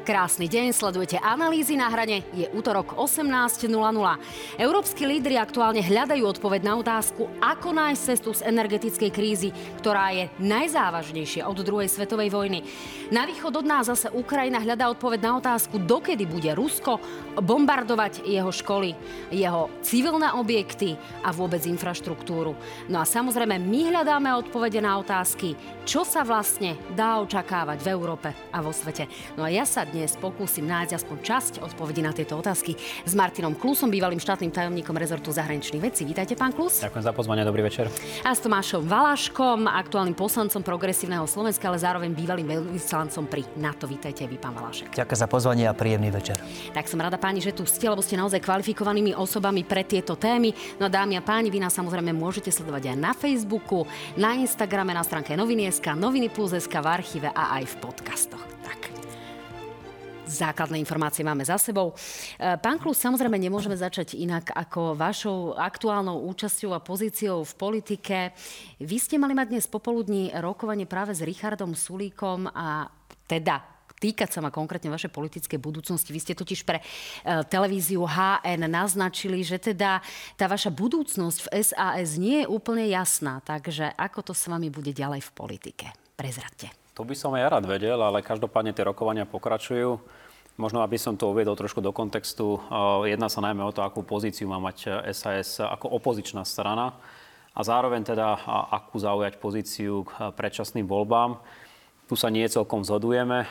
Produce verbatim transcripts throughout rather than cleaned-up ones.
Krásny deň, sledujete Analýzy na hrane, je útorok osemnásť nula nula. Európski lídri aktuálne hľadajú odpoveď na otázku, ako nájsť cestu z energetickej krízy, ktorá je najzávažnejšia od druhej svetovej vojny. Na východ od nás zase Ukrajina hľadá odpoveď na otázku, dokedy bude Rusko bombardovať jeho školy, jeho civilné objekty a vôbec infraštruktúru. No a samozrejme, my hľadáme odpovede na otázky, čo sa vlastne dá očakávať v Európe a vo svete. No a ja sa dnes pokúsim nájsť aspoň časť odpovedí na tieto otázky s Martinom Klusom, bývalým štátnym tajomníkom rezortu zahraničných vecí. Vítajte, pán Klus. Ďakujem za pozvanie, dobrý večer. A s Tomášom Valaškom, aktuálnym poslancom Progresívneho Slovenska, ale zároveň bývalým veľvyslancom pri NATO. Vítajte vy, pán Valašek. Ďakujem za pozvanie a príjemný večer. Tak som rada, páni, že tu ste, lebo ste naozaj kvalifikovanými osobami pre tieto témy. No dámy a páni, vy nás samozrejme môžete sledovať aj na Facebooku, na Instagrame, na stránke noviny bodka es ká, noviny plus bodka es ká, v archíve a aj v podcastoch. Tak. Základné informácie máme za sebou. Pán Klus, samozrejme nemôžeme začať inak ako vašou aktuálnou účasťou a pozíciou v politike. Vy ste mali mať dnes popoludní rokovanie práve s Richardom Sulíkom a teda týkať sa ma konkrétne vašej politickej budúcnosti. Vy ste totiž pre televíziu há en naznačili, že teda tá vaša budúcnosť v es a es nie je úplne jasná. Takže ako to s vami bude ďalej v politike? Prezradte. To by som aj ja rád vedel, ale každopádne tie rokovania pokračujú. Možno, aby som to uviedol trošku do kontextu, jedná sa najmä o to, akú pozíciu má mať es a es ako opozičná strana a zároveň teda, akú zaujať pozíciu k predčasným voľbám. Tu sa nie celkom zhodujeme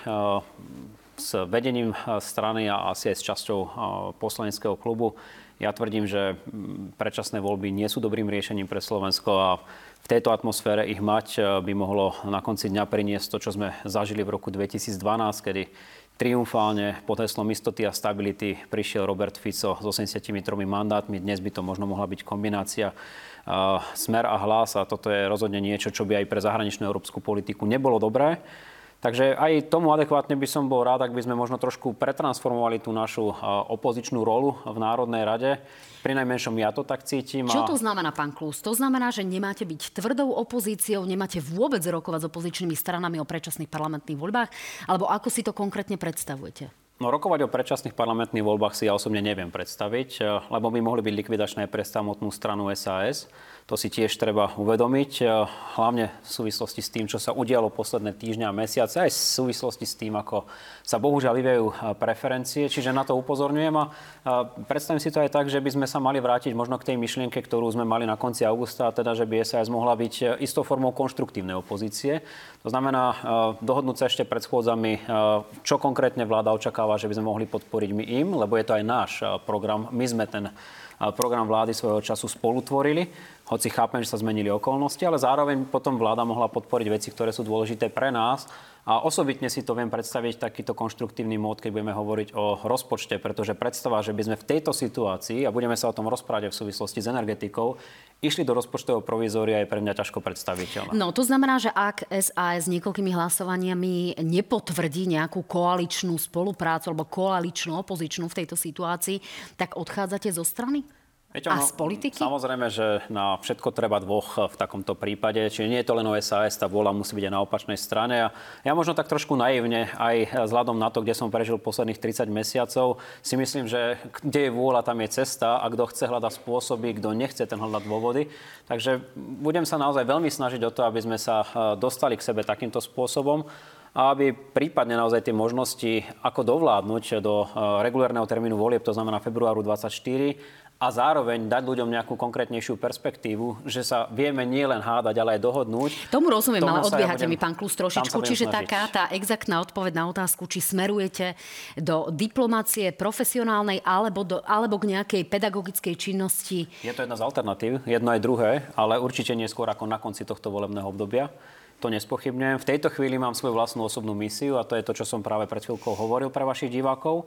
s vedením strany a asi aj s časťou poslaneckého klubu. Ja tvrdím, že predčasné voľby nie sú dobrým riešením pre Slovensko a v tejto atmosfére ich mať by mohlo na konci dňa priniesť to, čo sme zažili v roku dvetisícdvanásť, kedy triumfálne pod heslom istoty a stability prišiel Robert Fico s osemdesiatimi tromi mandátmi. Dnes by to možno mohla byť kombinácia uh, Smer a Hlas a toto je rozhodne niečo, čo by aj pre zahraničnú európsku politiku nebolo dobré. Takže aj tomu adekvátne by som bol rád, ak by sme možno trošku pretransformovali tú našu opozičnú rolu v Národnej rade. Pri najmenšom ja to tak cítim. Čo to znamená, pán Klus? To znamená, že nemáte byť tvrdou opozíciou, nemáte vôbec rokovať s opozičnými stranami o predčasných parlamentných voľbách? Alebo ako si to konkrétne predstavujete? No, rokovať o predčasných parlamentných voľbách si ja osobne neviem predstaviť, lebo by mohli byť likvidačné pre samotnú stranu es a es. To si tiež treba uvedomiť, hlavne v súvislosti s tým, čo sa udialo posledné týždne a mesiace, aj v súvislosti s tým, ako sa bohužiaľ vyvíjajú preferencie. Čiže na to upozorňujem a predstavím si to aj tak, že by sme sa mali vrátiť možno k tej myšlienke, ktorú sme mali na konci augusta, teda, že by es a es mohla byť istou formou konštruktívnej opozície. To znamená dohodnúť sa ešte pred schôdzami, čo konkrétne vláda očakáva, že by sme mohli podporiť my im, lebo je to aj náš program. My sme ten program vlády svojho času spolutvorili, hoci chápem, že sa zmenili okolnosti, ale zároveň potom vláda mohla podporiť veci, ktoré sú dôležité pre nás. A osobitne si to viem predstaviť takýto konštruktívny mód, keď budeme hovoriť o rozpočte, pretože predstava, že by sme v tejto situácii, a budeme sa o tom rozprávať v súvislosti s energetikou, išli do rozpočtového provizória, je pre mňa ťažko predstaviteľná. No, to znamená, že ak es a es niekoľkými hlasovaniami nepotvrdí nejakú koaličnú spoluprácu alebo koaličnú opozičnú v tejto situácii, tak odchádzate zo strany? Viete, a no, z politiky? Samozrejme, že na všetko treba dvoch v takomto prípade. Čiže nie je to len o es a es, tá vôľa musí byť aj na opačnej strane. A ja možno tak trošku naivne, aj vzhľadom na to, kde som prežil posledných tridsať mesiacov, si myslím, že kde je vôľa, tam je cesta a kto chce hľadať spôsoby, kto nechce, ten hľadať dôvody. Takže budem sa naozaj veľmi snažiť o to, aby sme sa dostali k sebe takýmto spôsobom a aby prípadne naozaj tie možnosti, ako dovládnuť do regulárneho termínu volieb, to znamená februáru dvadsaťštyri, a zároveň dať ľuďom nejakú konkrétnejšiu perspektívu, že sa vieme nielen hádať, ale aj dohodnúť. Tomu rozumiem, Tomu ale odbiehate ja budem, mi, pán Klus, trošičku. Čiže snažiť. Taká tá exaktná odpoveď na otázku, či smerujete do diplomácie profesionálnej alebo, do, alebo k nejakej pedagogickej činnosti. Je to jedna z alternatív, jedno aj druhé, ale určite nie skôr ako na konci tohto volebného obdobia. To nespochybňujem. V tejto chvíli mám svoju vlastnú osobnú misiu a to je to, čo som práve pred chvíľkou hovoril pre vašich divákov.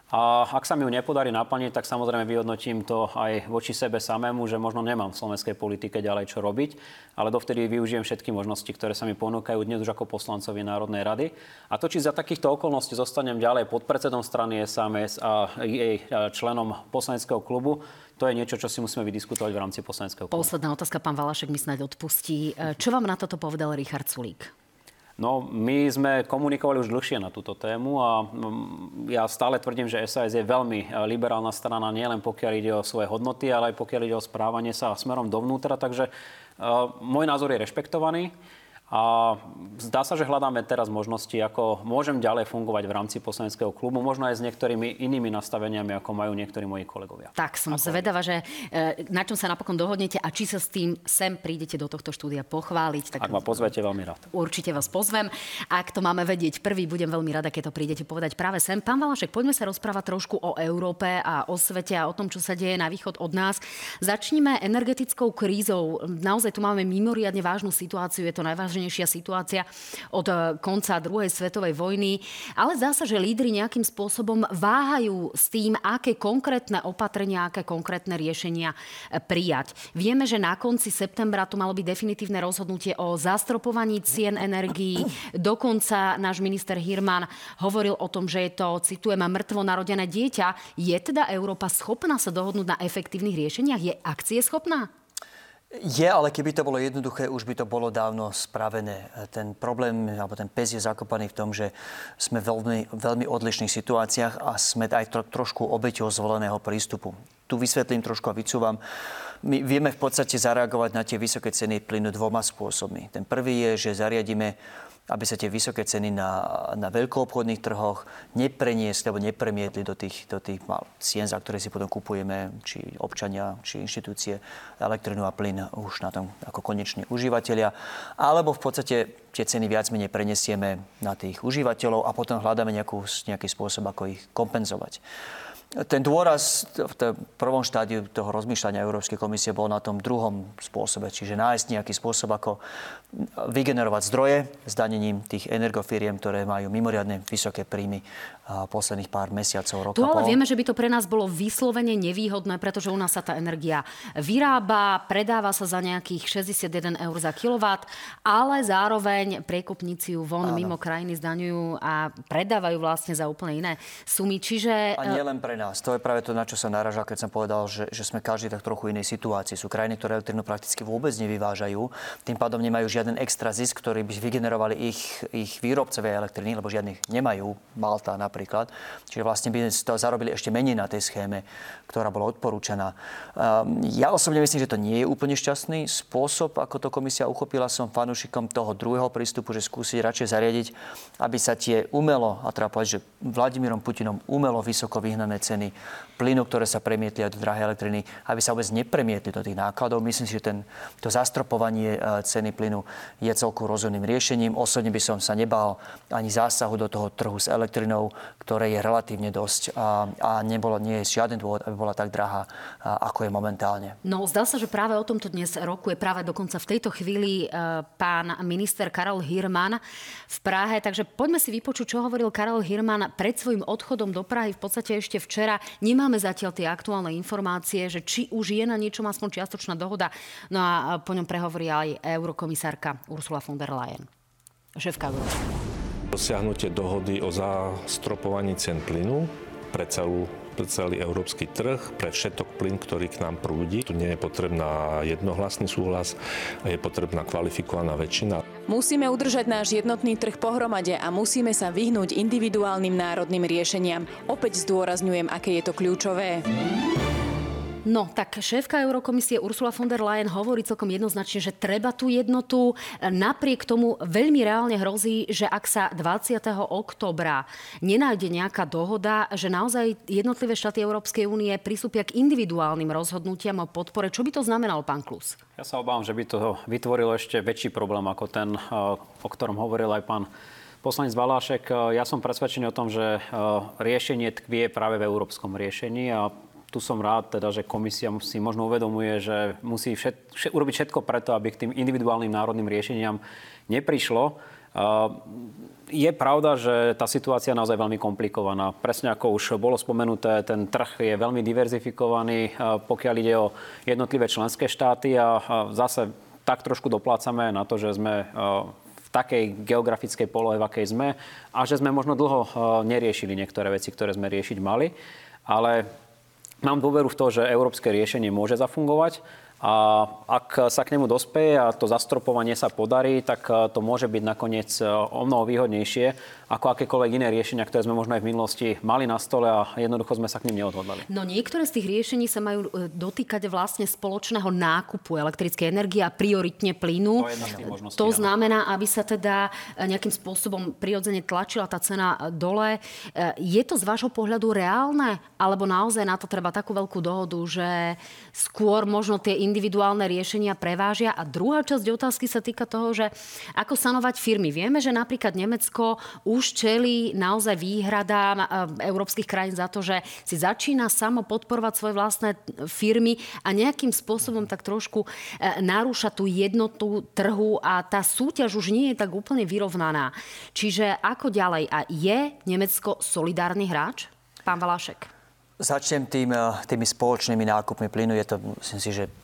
A ak sa mi ju nepodarí naplniť, tak samozrejme vyhodnotím to aj voči sebe samému, že možno nemám v slovenskej politike ďalej čo robiť, ale dovtedy využijem všetky možnosti, ktoré sa mi ponúkajú dnes už ako poslancovi Národnej rady. A to, či za takýchto okolností zostanem ďalej podpredsedom strany es a es a jej členom poslaneckého klubu, to je niečo, čo si musíme vydiskutovať v rámci poslaneckého klubu. Posledná otázka, pán Valašek mi snáď odpustí. Čo vám na toto povedal Richard Sulík? No, my sme komunikovali už dlhšie na túto tému a ja stále tvrdím, že es a es je veľmi liberálna strana, nielen pokiaľ ide o svoje hodnoty, ale aj pokiaľ ide o správanie sa smerom dovnútra. Takže uh, môj názor je rešpektovaný. A zdá sa, že hľadáme teraz možnosti, ako môžem ďalej fungovať v rámci poslaneckého klubu, možno aj s niektorými inými nastaveniami, ako majú niektorí moji kolegovia. Tak som zvedavá, že na čom sa napokon dohodnete a či sa s tým sem prídete do tohto štúdia pochváliť. Tak ak ma pozvete, veľmi rád. Určite vás pozvem. Ak to máme vedieť prvý, budem veľmi rada, keď to prídete povedať práve sem. Pán Valašek, poďme sa rozprávať trošku o Európe a o svete a o tom, čo sa deje na východ od nás. Začnime energetickou krízou. Naozaj tu máme mimoriadne vážnu situáciu, je to najvážnejšia situácia od konca druhej svetovej vojny. Ale zdá sa, že lídri nejakým spôsobom váhajú s tým, aké konkrétne opatrenia, aké konkrétne riešenia prijať. Vieme, že na konci septembra tu malo byť definitívne rozhodnutie o zastropovaní cien energií. Dokonca náš minister Hirman hovoril o tom, že je to, citujem, mŕtvo narodené dieťa. Je teda Európa schopná sa dohodnúť na efektívnych riešeniach? Je akcieschopná? Je, ale keby to bolo jednoduché, už by to bolo dávno spravené. Ten problém, alebo ten pes je zakopaný v tom, že sme v veľmi, veľmi odlišných situáciách a sme aj tro, trošku obeťou zvoleného prístupu. Tu vysvetlím trošku a vycúvam. My vieme v podstate zareagovať na tie vysoké ceny plynu dvoma spôsobmi. Ten prvý je, že zariadíme, aby sa tie vysoké ceny na, na veľkoobchodných trhoch nepreniesli alebo nepremietli do tých, do tých mal, cien, za ktoré si potom kupujeme, či občania, či inštitúcie, elektrinu a plyn už na tom ako koneční užívateľia. Alebo v podstate tie ceny viac menej prenesieme na tých užívateľov a potom hľadáme nejakú, nejaký spôsob, ako ich kompenzovať. Ten dôraz v prvom štádiu toho rozmýšľania Európskej komisie bol na tom druhom spôsobe, čiže nájsť nejaký spôsob, ako vygenerovať zdroje zdanením tých energofíriem, ktoré majú mimoriadne vysoké príjmy posledných pár mesiacov, roka. Tu ale vieme, že by to pre nás bolo vyslovene nevýhodné, pretože u nás sa tá energia vyrába, predáva sa za nejakých šesťdesiatjeden eur za kilowatt, ale zároveň priekupníci ju von Áno. mimo krajiny zdaňujú a predávajú vlastne za úplne iné sumy. Čiže... A nie len pre nás. To je práve to, na čo som naražal, keď som povedal, že, že sme každý tak trochu inej situácii. Sú krajiny, ktoré elektrinu prakticky vôbec nevyvážajú. Tým pádom nemajú žiaden extra zisk, ktorý by vygenerovali ich, ich výrobcovia elektriny, lebo žiadnych nemajú. Malta napríklad. Čiže vlastne by to zarobili ešte menej na tej schéme, ktorá bola odporúčaná. Um, ja osobne myslím, že to nie je úplne šťastný spôsob, ako to komisia uchopila. Som fanúšikom toho druhého prístupu, že skúsiť radšej zariadiť, aby sa tie umelo, a treba povedať, že Vladimírom Putinom umelo vysoko vyhnané ceny plynu, ktoré sa premietli od drahej elektriny, aby sa vôbec nepremietli do tých nákladov. Myslím si, že ten, to zastropovanie ceny plynu je celku rozumným riešením. Osobne by som sa nebal ani zásahu do toho trhu s elektrinou, ktoré je relatívne dosť a, a nebolo, nie je žiaden dôvod, aby bola tak drahá, ako je momentálne. No, zdá sa, že práve o tomto dnes rokuje práve dokonca v tejto chvíli e, pán minister Karel Hirman v Prahe. Takže poďme si vypočuť, čo hovoril Karel Hirman pred svojím odchodom do Prahy v podstate ešte včera. Nemáme zatiaľ tie aktuálne informácie, že či už je na niečom aspoň čiastočná dohoda. No a po ňom prehovorí aj eurokomisárka Ursula von der Leyen. Šéfka Európy. Dosiahnutie dohody o zastropovaní cien plynu pre, celú, pre celý európsky trh, pre všetok plyn, ktorý k nám prúdi. Tu nie je potrebná jednohlasný súhlas, je potrebná kvalifikovaná väčšina. Musíme udržať náš jednotný trh pohromade a musíme sa vyhnúť individuálnym národným riešeniam. Opäť zdôrazňujem, aké je to kľúčové. No, tak šéfka Eurokomisie Ursula von der Leyen hovorí celkom jednoznačne, že treba tú jednotu. Napriek tomu veľmi reálne hrozí, že ak sa dvadsiateho októbra nenájde nejaká dohoda, že naozaj jednotlivé štáty Európskej únie pristúpia k individuálnym rozhodnutiam o podpore. Čo by to znamenalo, pán Klus? Ja sa obávam, že by to vytvorilo ešte väčší problém ako ten, o ktorom hovoril aj pán poslanec Valášek. Ja som presvedčený o tom, že riešenie tkvie práve v európskom riešení a tu som rád, teda, že komisia si možno uvedomuje, že musí všet, všet, urobiť všetko preto, aby k tým individuálnym národným riešeniam neprišlo. Uh, je pravda, že tá situácia je naozaj veľmi komplikovaná. Presne ako už bolo spomenuté, ten trh je veľmi diverzifikovaný, uh, pokiaľ ide o jednotlivé členské štáty a uh, zase tak trošku doplácame na to, že sme uh, v takej geografickej polohe, v akej sme a že sme možno dlho uh, neriešili niektoré veci, ktoré sme riešiť mali. Ale mám dôveru v to, že európske riešenie môže zafungovať A ak sa k nemu dospeje a to zastropovanie sa podarí, tak to môže byť nakoniec o mnoho výhodnejšie ako akékoľvek iné riešenia, ktoré sme možno aj v minulosti mali na stole a jednoducho sme sa k ním neodhodlali. No niektoré z tých riešení sa majú dotýkať vlastne spoločného nákupu elektrickej energie a prioritne plynu. To, je jedna z tých možností, to áno. znamená, aby sa teda nejakým spôsobom prirodzene tlačila tá cena dole. Je to z vášho pohľadu reálne? Alebo naozaj na to treba takú veľkú dohodu, že skôr možno tie individuálne riešenia prevážia? A druhá časť otázky sa týka toho, že ako sanovať firmy. Vieme, že napríklad Nemecko už čelí naozaj výhradám európskych krajín za to, že si začína samo podporovať svoje vlastné firmy a nejakým spôsobom tak trošku narúša tú jednotu trhu a tá súťaž už nie je tak úplne vyrovnaná. Čiže ako ďalej? A je Nemecko solidárny hráč? Pán Valášek. Začnem tým, tými spoločnými nákupmi plynu. Je to, myslím si, že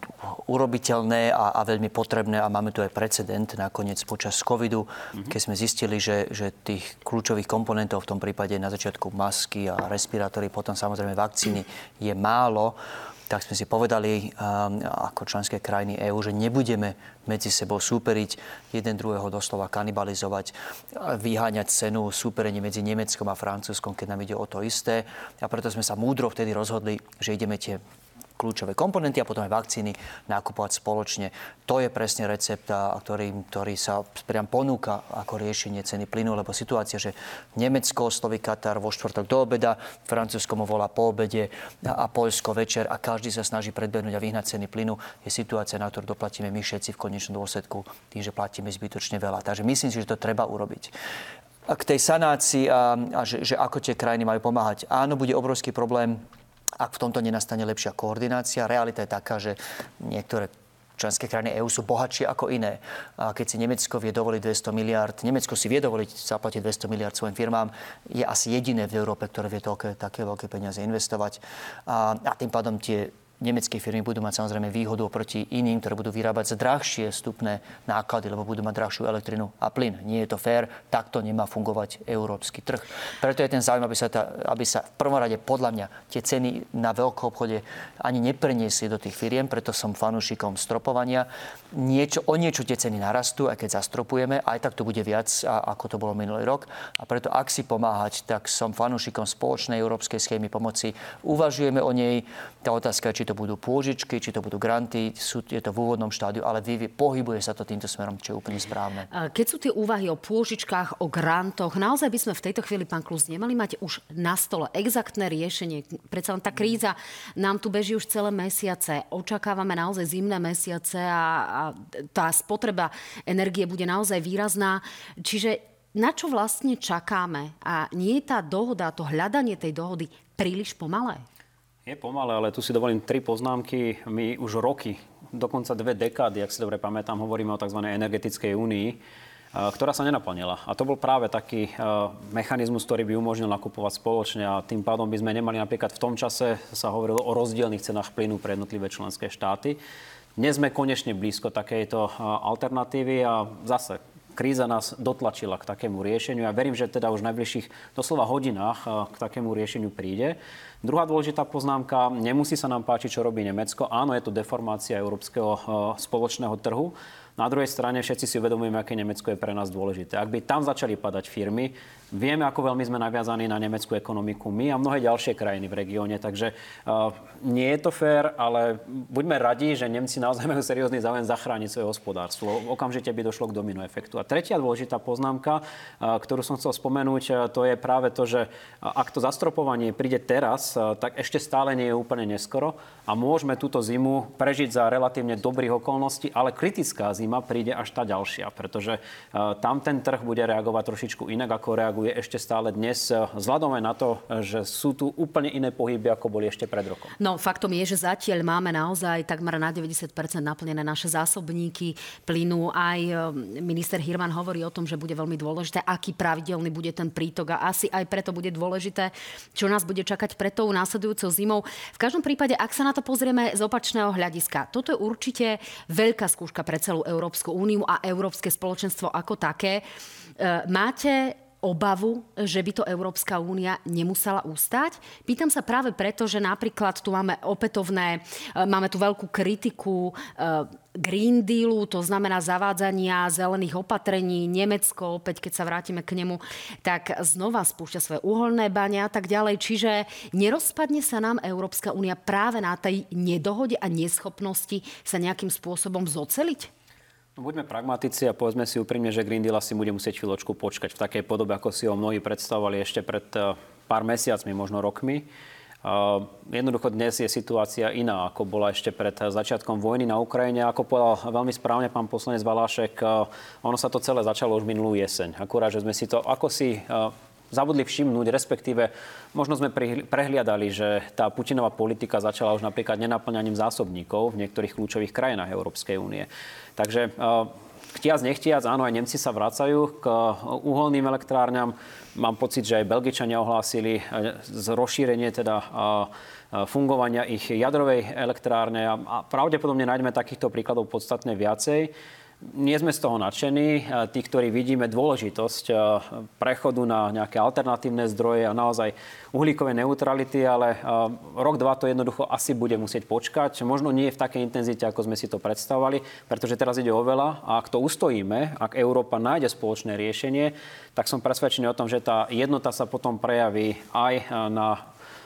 urobiteľné a, a veľmi potrebné a máme tu aj precedent nakoniec počas covidu, mm-hmm. keď sme zistili, že, že tých kľúčových komponentov, v tom prípade na začiatku masky a respirátory, potom samozrejme vakcíny je málo, tak sme si povedali um, ako členské krajiny EÚ, že nebudeme medzi sebou súperiť, jeden druhého doslova kanibalizovať, vyháňať cenu súperení medzi Nemeckom a Francúzskom, keď nám ide o to isté. A preto sme sa múdro vtedy rozhodli, že ideme tie kľúčové komponenty a potom aj vakcíny nakupovať spoločne. To je presne recept, ktorý, ktorý sa priam ponúka ako riešenie ceny plynu, lebo situácia, že Nemecko osloví Katar vo štvrtok do obeda, Francúzsko mu volá po obede a Poľsko večer a každý sa snaží predbehnúť a vyhnať ceny plynu, je situácia, na ktorú doplatíme my všetci v konečnom dôsledku tým, že platíme zbytočne veľa. Takže myslím si, že to treba urobiť. A k tej sanácii a, a že, že ako tie krajiny majú pomáhať. Áno, bude obrovský problém, ak v tomto nenastane lepšia koordinácia. Realita je taká, že niektoré členské krajiny EÚ sú bohatšie ako iné. A keď si Nemecko vie dovoliť dvesto miliárd, Nemecko si vie dovoliť zaplatiť dvesto miliárd svojim firmám, je asi jediné v Európe, ktoré vie toľké, také veľké peniaze investovať. A, a tým pádom tie nemecké firmy budú mať samozrejme výhodu oproti iným, ktoré budú vyrábať za drahšie vstupné náklady, lebo budú mať drahšiu elektrinu a plyn. Nie je to fér, takto nemá fungovať európsky trh. Preto je ten záujem, aby sa, tá, aby sa v prvom rade podľa mňa tie ceny na veľkom obchode ani nepreniesli do tých firiem, preto som fanúšikom stropovania. Niečo, o niečo tie ceny narastú, aj keď zastropujeme, aj tak to bude viac, ako to bolo minulý rok. A preto ak si pomáhať, tak som fanúšikom spoločnej európskej schémy pomoci. Uvažujeme o nej. Tá otázka, či to budú pôžičky, či to budú granty, sú, je to v úvodnom štádiu, ale vy, pohybuje sa to týmto smerom, čo je úplne správne. Keď sú tie úvahy o pôžičkách, o grantoch, naozaj by sme v tejto chvíli, pán Klus, nemali mať už na stole exaktné riešenie. Predsa len tá kríza nám tu beží už celé mesiace. Očakávame naozaj zimné mesiace a, a tá spotreba energie bude naozaj výrazná. Čiže na čo vlastne čakáme? A nie je tá dohoda, to hľadanie tej dohody príliš pomalé? Je pomalé, ale tu si dovolím tri poznámky. My už roky, dokonca dve dekády, ak si dobre pamätám, hovoríme o tzv. Energetickej únii, ktorá sa nenaplnila. A to bol práve taký mechanizmus, ktorý by umožnil nakupovať spoločne a tým pádom by sme nemali napríklad v tom čase sa hovorilo o rozdielnych cenách plynu pre jednotlivé členské štáty. Dnes sme konečne blízko takejto alternatívy a zase kríza nás dotlačila k takému riešeniu a verím, že teda už v najbližších doslova hodinách k takému riešeniu príde. Druhá dôležitá poznámka, nemusí sa nám páčiť, čo robí Nemecko. Áno, je to deformácia európskeho spoločného trhu. Na druhej strane všetci si uvedomujeme, aké Nemecko je pre nás dôležité. Ak by tam začali padať firmy, vieme, ako veľmi sme naviazaní na nemeckú ekonomiku my a mnohé ďalšie krajiny v regióne. Takže uh, nie je to fér, ale buďme radi, že Nemci naozaj majú seriózny záujem zachrániť svoje hospodárstvo. Okamžite by došlo k domino efektu. A tretia dôležitá poznámka, uh, ktorú som chcel spomenúť, uh, to je práve to, že uh, ak to zastropovanie príde teraz, uh, tak ešte stále nie je úplne neskoro a môžeme túto zimu prežiť za relatívne dobrých okolností, ale kritická zima príde až tá ďalšia, pretože uh, tam ten trh bude reagovať trošičku inak, ako reaguje ešte stále dnes, vzhľadom aj na to, že sú tu úplne iné pohyby, ako boli ešte pred rokom. No, faktom je, že zatiaľ máme naozaj takmer na deväťdesiat percent naplnené naše zásobníky plynu. Aj minister Hirman hovorí o tom, že bude veľmi dôležité, aký pravidelný bude ten prítok a asi aj preto bude dôležité, čo nás bude čakať pred tou následujúcou zimou. V každom prípade, ak sa na to pozrieme z opačného hľadiska, toto je určite veľká skúška pre celú Európsku úniu a Európske spoločenstvo ako také. Máte obavu, že by to Európska únia nemusela ustať? Pýtam sa práve preto, že napríklad tu máme opätovné, máme tu veľkú kritiku Green Dealu, to znamená zavádzania zelených opatrení. Nemecko, opäť keď sa vrátime k nemu, tak znova spúšťa svoje uholné bane a tak ďalej. Čiže nerozpadne sa nám Európska únia práve na tej nedohode a neschopnosti sa nejakým spôsobom zoceliť? Buďme pragmatici a povedzme si úprimne, že Green Deal asi bude musieť chvíľočku počkať v takej podobe, ako si ho mnohí predstavovali ešte pred pár mesiacmi, možno rokmi. Jednoducho dnes je situácia iná, ako bola ešte pred začiatkom vojny na Ukrajine. Ako povedal veľmi správne pán poslanec Valášek, ono sa to celé začalo už minulú jeseň. Akurát, že sme si to ako si zabudli všimnúť, respektíve možno sme prehliadali, že tá Putinová politika začala už napríklad nenaplňaním zásobníkov v niektorých kľúčových krajinách Európskej únie. Takže chtiac, nechtiac, áno, aj Nemci sa vracajú k uholným elektrárňam. Mám pocit, že aj Belgičania ohlásili rozšírenie teda fungovania ich jadrovej elektrárne a pravdepodobne nájdeme takýchto príkladov podstatne viacej. Nie sme z toho nadšení. Tí, ktorí vidíme dôležitosť prechodu na nejaké alternatívne zdroje a naozaj uhlíkovej neutrality, ale rok, dva to jednoducho asi bude musieť počkať. Možno nie v takej intenzite, ako sme si to predstavovali, pretože teraz ide o veľa a ak to ustojíme, ak Európa nájde spoločné riešenie, tak som presvedčený o tom, že tá jednota sa potom prejaví aj na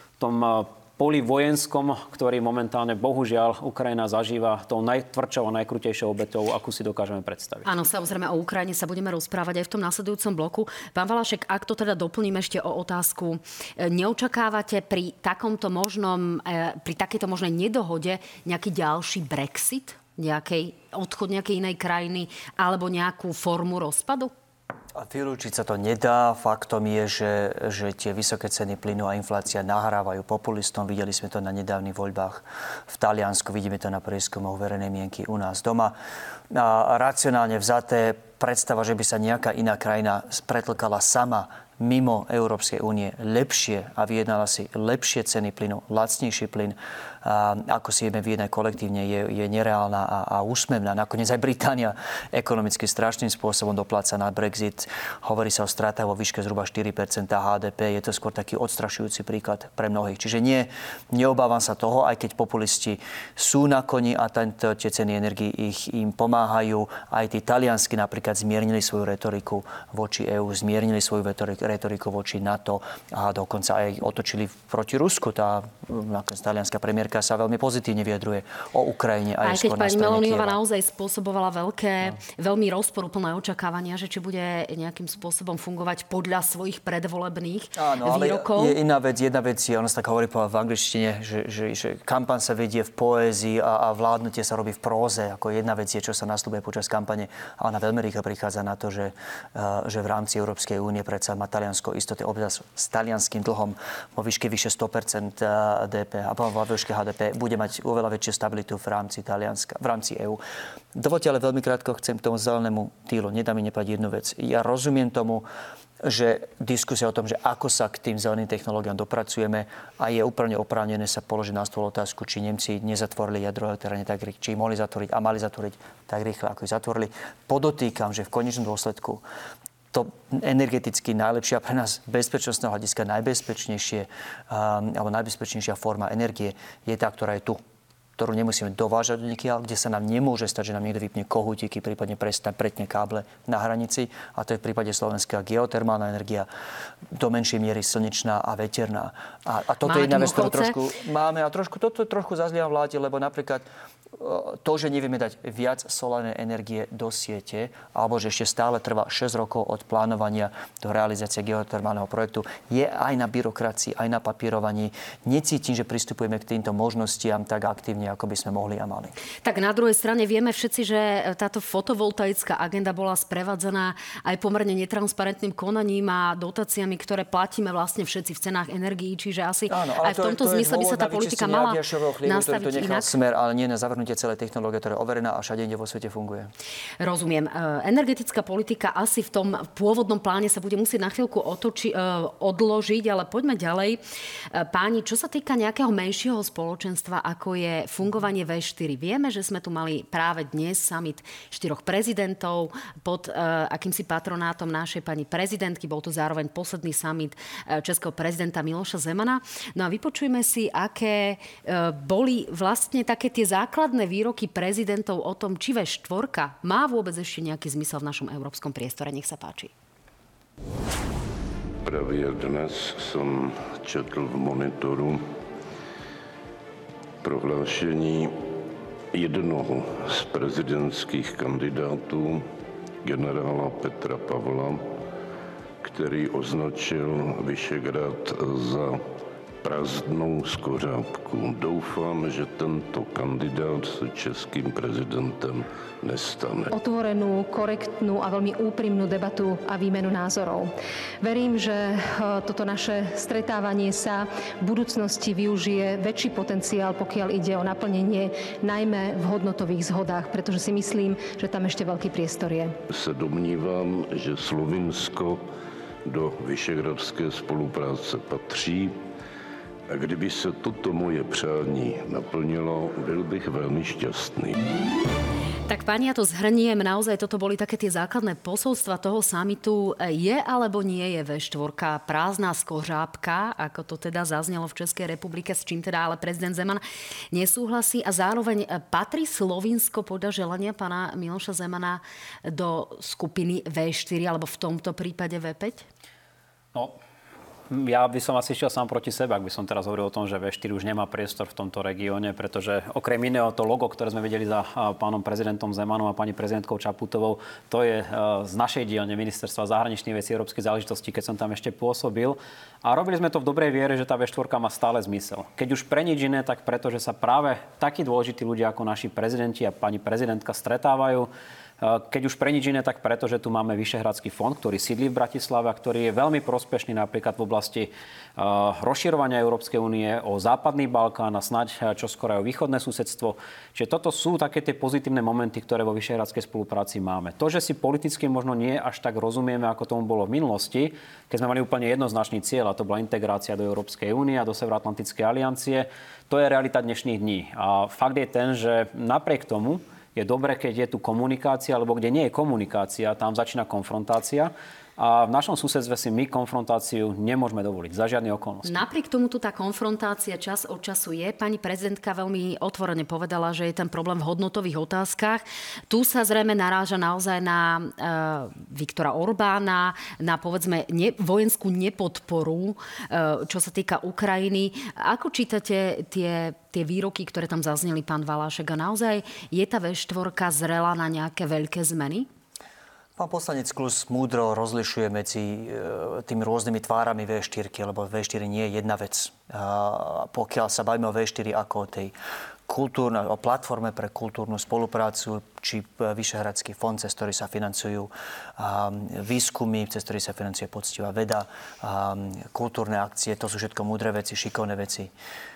tom poli vojenskom, ktorý momentálne bohužiaľ Ukrajina zažíva tou najtvrdšou a najkrutejšou obetou, akú si dokážeme predstaviť. Áno, samozrejme o Ukrajine sa budeme rozprávať aj v tom nasledujúcom bloku. Pán Valášek, ak to teda doplním ešte o otázku, neočakávate pri takomto možnom, pri takejto možnej nedohode nejaký ďalší Brexit, nejakej odchod nejakej inej krajiny alebo nejakú formu rozpadu? A vylúčiť sa to nedá. Faktom je, že, že tie vysoké ceny plynu a inflácia nahrávajú populistom. Videli sme to na nedávnych voľbách v Taliansku, vidíme to na prieskumoch verejnej mienky u nás doma. A racionálne vzaté predstava, že by sa nejaká iná krajina pretlkala sama mimo Európskej únie lepšie a vyjednala si lepšie ceny plynu, lacnejší plyn, a ako si ideme vyjednať kolektívne, je, je nereálna a, a úsmevná. Nakoniec aj Británia ekonomicky strašným spôsobom dopláca na Brexit. Hovorí sa o stratách vo výške zhruba štyri percentá há dé pé. Je to skôr taký odstrašujúci príklad pre mnohých. Čiže nie, neobávam sa toho, aj keď populisti sú na koni a tento, tie ceny energií ich im pomáhajú. Aj tí taliansky napríklad zmiernili svoju retoriku voči EÚ, zmiernili svoju retoriku voči NATO a dokonca aj otočili proti Rusku. Tá talianská premiérka sa veľmi pozitívne vyjadruje o Ukrajine. Aj, aj keď pani Meloniová Kieva naozaj spôsobovala veľké, no. veľmi rozporuplné očakávania, že či bude nejakým spôsobom fungovať podľa svojich predvolebných Áno, výrokov. Ale je iná vec, jedna vec je, ono sa tak hovorí v angličtine, že, že, že kampaň sa vedie v poézii a, a vládnutie sa robí v próze. Ako jedna vec je, čo sa nasľubuje počas kampane, a ona veľmi rýchlo prichádza na to, že, uh, že v rámci Európskej únie predsa má Taliansko istoty obzvlášť s talianským dlhom vo výške vyše sto percent dé pé a vo výške há dé pé bude mať oveľa väčšiu stabilitu v rámci Talianska, v rámci EÚ. Dovoľte ale veľmi krátko chcem k tomu zelenému dílu. Nedá mi nepadť jednu vec. Ja rozumiem tomu, že diskusia o tom, že ako sa k tým zeleným technológiám dopracujeme, a je úplne oprávnené sa položiť na stôl otázku, či Nemci nezatvorili jadrové elektrárne tak rýchlo, či ich mohli zatvoriť a mali zatvoriť tak rýchlo, ako ich zatvorili. Podotýkam, že v konečnom dôsledku to energeticky najlepšia, pre nás bezpečnostného hľadiska najbezpečnejšie um, alebo najbezpečnejšia forma energie je tá, ktorá je tu, ktorú nemusíme dovážať do niekiaľ, kde sa nám nemôže stať, že nám niekto vypne kohútiky, prípadne pretne káble na hranici. A to je v prípade Slovenska geotermálna energia, do menšej miery slnečná a veterná. A, a toto je jedna vec, ktorú trošku máme a trošku, toto trošku zazlievam vláde, lebo napríklad to, že nevieme dať viac solárnej energie do siete, alebo že ešte stále trvá šesť rokov od plánovania do realizácie geotermálneho projektu, je aj na byrokracii, aj na papierovaní. Necítim, že pristupujeme k týmto možnostiam tak aktívne, ako by sme mohli a mali. Tak na druhej strane vieme všetci, že táto fotovoltaická agenda bola sprevádzaná aj pomerne netransparentným konaním a dotáciami, ktoré platíme vlastne všetci v cenách energií. Čiže asi áno, aj v tomto je, zmysle by sa tá politika mala nastaviť inak. Smer, ale nie na zavrhnutie celej technológie, ktorá je overená a všade inde vo svete funguje. Rozumiem. Energetická politika asi v tom pôvodnom pláne sa bude musieť na chvíľku otoči, odložiť, ale poďme ďalej. Páni, čo sa týka nejakého menšieho spoločenstva, ako je fungovanie vé štyri. Vieme, že sme tu mali práve dnes summit štyroch prezidentov pod uh, akýmsi patronátom našej pani prezidentky. Bol to zároveň posledný summit uh, českého prezidenta Miloša Zemana. No a vypočujme si, aké uh, boli vlastne také tie základné výroky prezidentov o tom, či vé štyri má vôbec ešte nejaký zmysel v našom európskom priestore. Nech sa páči. Právě dnes jsem četl v monitoru prohlášení jednoho z prezidentských kandidátů, generála Petra Pavla, který označil Vyšehrad za prázdnou skořápku. Doufám, že tento kandidát se českým prezidentem nestane. Otvorenú, korektnú a veľmi úprimnú debatu a výmenu názorov. Verím, že toto naše stretávanie sa v budúcnosti využije väčší potenciál, pokiaľ ide o naplnenie najmä v hodnotových zhodách, pretože si myslím, že tam ešte veľký priestor je. Se domnívám, že Slovinsko do vyšehradské spolupráce patří. A kdyby se toto moje přání naplnilo, byl bych velmi šťastný. Tak pani, ja to zhrniem, naozaj toto boli také tie základné posolstva toho samitu. Je alebo nie je vé štyri prázdna skořápka, ako to teda zaznelo v Českej republike, s čím teda ale prezident Zeman nesúhlasí. A zároveň patrí Slovinsko podľa želania pána Miloša Zemana do skupiny vé štyri, alebo v tomto prípade vé päť? No, ja by som asi šiel sám proti sebe, ak by som teraz hovoril o tom, že vé štyri už nemá priestor v tomto regióne, pretože okrem iného to logo, ktoré sme videli za pánom prezidentom Zemanom a pani prezidentkou Čaputovou, to je z našej dielne Ministerstva zahraničných vecí európskych záležitostí, keď som tam ešte pôsobil. A robili sme to v dobrej viere, že tá vé štyri má stále zmysel. Keď už pre nič iné, tak preto, že sa práve takí dôležití ľudia ako naši prezidenti a pani prezidentka stretávajú. Keď už pre nič iné, tak preto, že tu máme Vyšehradský fond, ktorý sídli v Bratislave a ktorý je veľmi prospešný napríklad v oblasti rozširovania Európskej únie o západný Balkán a snáď čoskoro aj o východné susedstvo. Čiže toto sú také tie pozitívne momenty, ktoré vo vyšehradskej spolupráci máme. To, že si politicky možno nie až tak rozumieme, ako tomu bolo v minulosti, keď sme mali úplne jednoznačný cieľ, a to bola integrácia do Európskej únie a do Severoatlantickej aliancie, to je realita dnešných dní. A fakt je ten, že napriek tomu je dobre, keď je tu komunikácia, alebo kde nie je komunikácia, tam začína konfrontácia. A v našom susedstve si my konfrontáciu nemôžeme dovoliť za žiadne okolnosti. Napriek tomu tu tá konfrontácia čas od času je. Pani prezidentka veľmi otvorene povedala, že je ten problém v hodnotových otázkach. Tu sa zrejme naráža naozaj na e, Viktora Orbána, na povedzme ne, vojenskú nepodporu, e, čo sa týka Ukrajiny. Ako čítate tie, tie výroky, ktoré tam zazneli, pán Valášek? A naozaj je tá vé štyri zrela na nejaké veľké zmeny? Pán poslanec Klus múdro rozlišuje medzi tými rôznymi tvárami vé štyri, lebo vé štyri nie je jedna vec. A pokiaľ sa bavíme o vé štyri ako o tej kultúrne, o platforme pre kultúrnu spoluprácu, či Vyšehradský fond, cez ktorý sa financujú výskumy, cez ktorý sa financuje poctivá veda, kultúrne akcie, to sú všetko múdre veci, šikovné veci.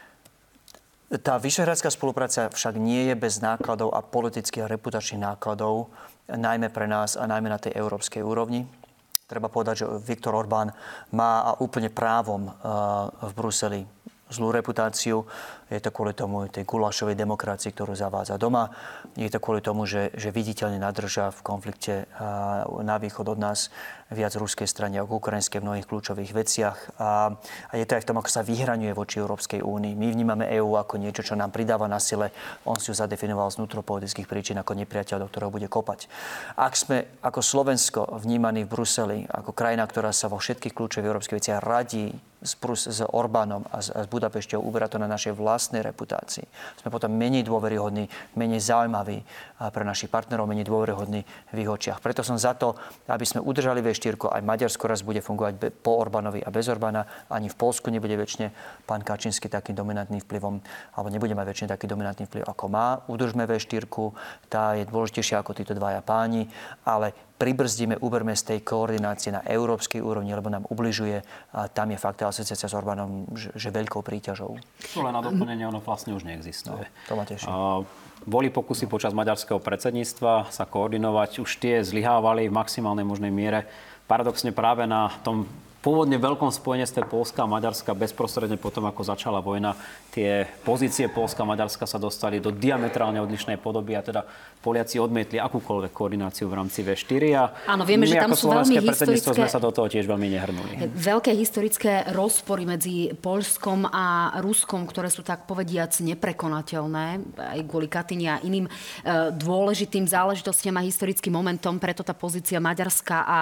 Tá vyšehradská spolupráca však nie je bez nákladov a politických a reputačných nákladov, najmä pre nás a najmä na tej európskej úrovni. Treba povedať, že Viktor Orbán má a úplne právom v Bruseli zlú reputáciu. Je to kvôli tomu tej gulášovej demokracii, ktorú zavádza doma. Je to kvôli tomu, že, že viditeľne nadrža v konflikte na východ od nás viac ruskej strane ako ukrajinskej v mnohých kľúčových veciach. A, a je to aj v tom, ako sa vyhraňuje voči Európskej únii. My vnímame EÚ ako niečo, čo nám pridáva na sile. On si ju zadefinoval z vnútropolitických príčin ako nepriateľ, do ktorého bude kopať. Ak sme ako Slovensko vnímaní v Bruseli ako krajina, ktorá sa vo všetkých kľúčových európskych veciach radí s, Brus- s Orbánom a s, a s Budapešťou, uberá to na našej vlastnej reputácii. Sme potom menej dôveryhodní, menej zaujímaví pre našich partnerov, menej dôveryhodní v ich očiach. Preto som za to, aby sme udržali vé štyri, aj Maďarsko raz bude fungovať po Orbánovi a bez Orbána. Ani v Poľsku nebude väčšine pán Kačínsky takým dominantným vplyvom, alebo nebude mať väčšine taký dominantný vplyv, ako má. Udržme vé štyri, tá je dôležitejšia ako títo dvaja páni, ale pribrzdíme, uberme z tej koordinácie na európskej úrovni, lebo nám ubližuje. A tam je fakt asociácia s Orbánom, že, že veľkou príťažou. To len na doplnenie, ono vlastne už neexistuje. No, to ma teší. Uh, boli pokusy počas maďarského predsedníctva sa koordinovať. Už tie zlyhávali v maximálnej možnej miere. Paradoxne práve na tom pôvodne veľkom spojenectve Poľska a Maďarska bezprostredne potom, ako začala vojna, tie pozície Poľska a Maďarska sa dostali do diametrálne odlišnej podoby a teda Poliaci odmietli akúkoľvek koordináciu v rámci vé štyri a áno, vieme, my že tam ako sú veľmi slovenské predsedníctvo historické... sme sa do toho tiež veľmi nehrnuli. Veľké historické rozpory medzi Poľskom a Ruskom, ktoré sú tak povediac neprekonateľné, aj kvôli Katyni a iným e, dôležitým záležitostiam a historickým momentom, preto tá pozícia Maďarska a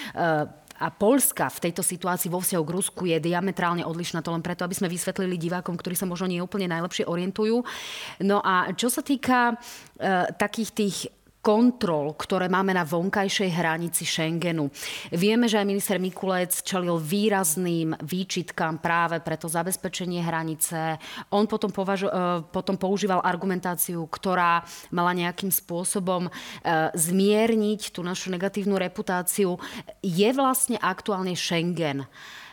e, a Poľska v tejto situácii vo vzťahu k Rusku je diametrálne odlišná. To len preto, aby sme vysvetlili divákom, ktorí sa možno nie úplne najlepšie orientujú. No a čo sa týka e, takých tých kontrol, ktoré máme na vonkajšej hranici Schengenu. Vieme, že aj minister Mikulec čelil výrazným výčitkám práve pre to zabezpečenie hranice. On potom, považu, potom používal argumentáciu, ktorá mala nejakým spôsobom zmierniť tú našu negatívnu reputáciu. Je vlastne aktuálne Schengen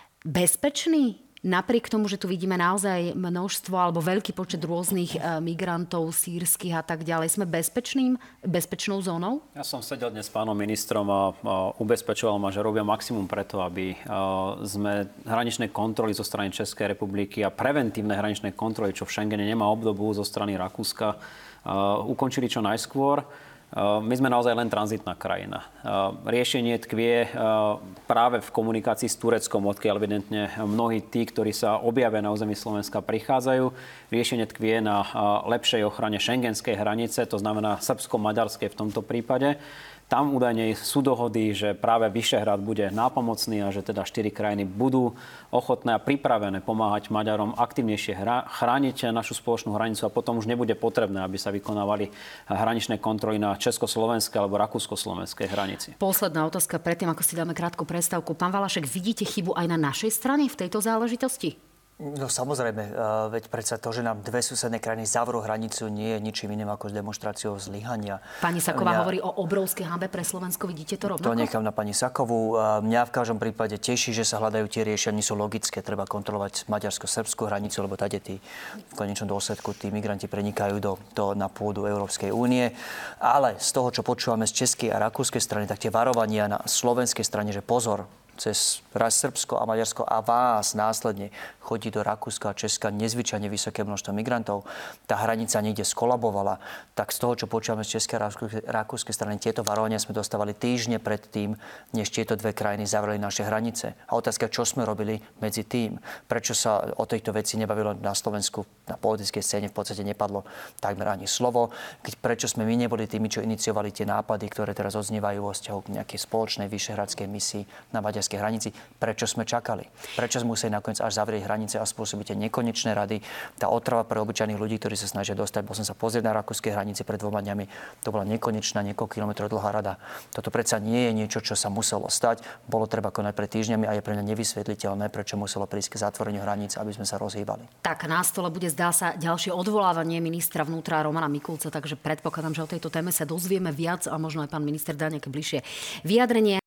bezpečný? Napriek tomu, že tu vidíme naozaj množstvo alebo veľký počet rôznych e, migrantov, sýrskych a tak ďalej, sme bezpečným, bezpečnou zónou? Ja som sedel dnes s pánom ministrom a, a ubezpečoval ma, že robia maximum preto, aby a, sme hraničné kontroly zo strany Českej republiky a preventívne hraničné kontroly, čo v Schengene nemá obdobu zo strany Rakúska, a, ukončili čo najskôr. My sme naozaj len tranzitná krajina. Riešenie tkvie práve v komunikácii s Tureckom, odkiaľ evidentne mnohí tí, ktorí sa objavia na území Slovenska, prichádzajú. Riešenie tkvie na lepšej ochrane šengenskej hranice, to znamená srbsko-maďarskej v tomto prípade. Tam údajne sú dohody, že práve Vyšehrad bude nápomocný a že teda štyri krajiny budú ochotné a pripravené pomáhať Maďarom aktívnejšie hra, chrániť našu spoločnú hranicu a potom už nebude potrebné, aby sa vykonávali hraničné kontroly na československej alebo rakúsko-slovenskej hranici. Posledná otázka predtým, ako si dáme krátku prestávku. Pán Valašek, vidíte chybu aj na našej strane v tejto záležitosti? No samozrejme, veď predsa to, že nám dve susedné krajiny zavrú hranicu, nie je ničím iným ako s demonštráciou zlyhania. Pani Saková Mňa... hovorí o obrovskej hanbe pre Slovensko. Vidíte to rovnako? To nechám na pani Sakovú. Mňa v každom prípade teší, že sa hľadajú tie riešenia, sú logické. Treba kontrolovať maďarsko-srbskú hranicu, lebo tady tí, v konečnom dôsledku tí migranti prenikajú do, do, na pôdu Európskej únie. Ale z toho, čo počúvame z českej a rakúskej strany, tak tie varovania na slovenskej strane, že pozor, cez raz Srbsko a Maďarsko a vás následne chodí do Rakúska a Česka nezvyčajne vysoké množstvo migrantov. Tá hranica niekde skolabovala. Tak z toho, čo počúvame z českej a rakúskej strany, tieto varovania sme dostávali týždne pred tým, než tieto dve krajiny zavreli naše hranice. A otázka, čo sme robili medzi tým? Prečo sa o tejto veci nebavilo na Slovensku, na politickej scéne v podstate nepadlo takmer ani slovo? Prečo sme my neboli tými, čo iniciovali tie nápady, ktoré teraz odznievajú vo vzťahu k nejakej spoločnej vyšehradskej misii na maďarskej hranici? Prečo sme čakali? Prečo sme museli nakoniec až zavrieť hranice a spôsobíte nekonečné rady? Tá otrava pre obyčajných ľudí, ktorí sa snažia dostať, bol som sa pozrieť na rakúskej hranici pred dvoma dňami, to bola nekonečná, niekoľko kilometrov dlhá rada. Toto predsa nie je niečo, čo sa muselo stať. Bolo treba konať pred týždňami a je pre mňa nevysvetliteľné, prečo muselo prísť k zatvoreniu hraníc, aby sme sa rozhýbali. Tak na stole bude, zdá sa, ďalšie odvolávanie ministra vnútra Romana Mikulca, takže predpokladám, že o tejto téme sa dozvieme viac a možno aj pán minister dá nejaké bližšie vyjadrenie.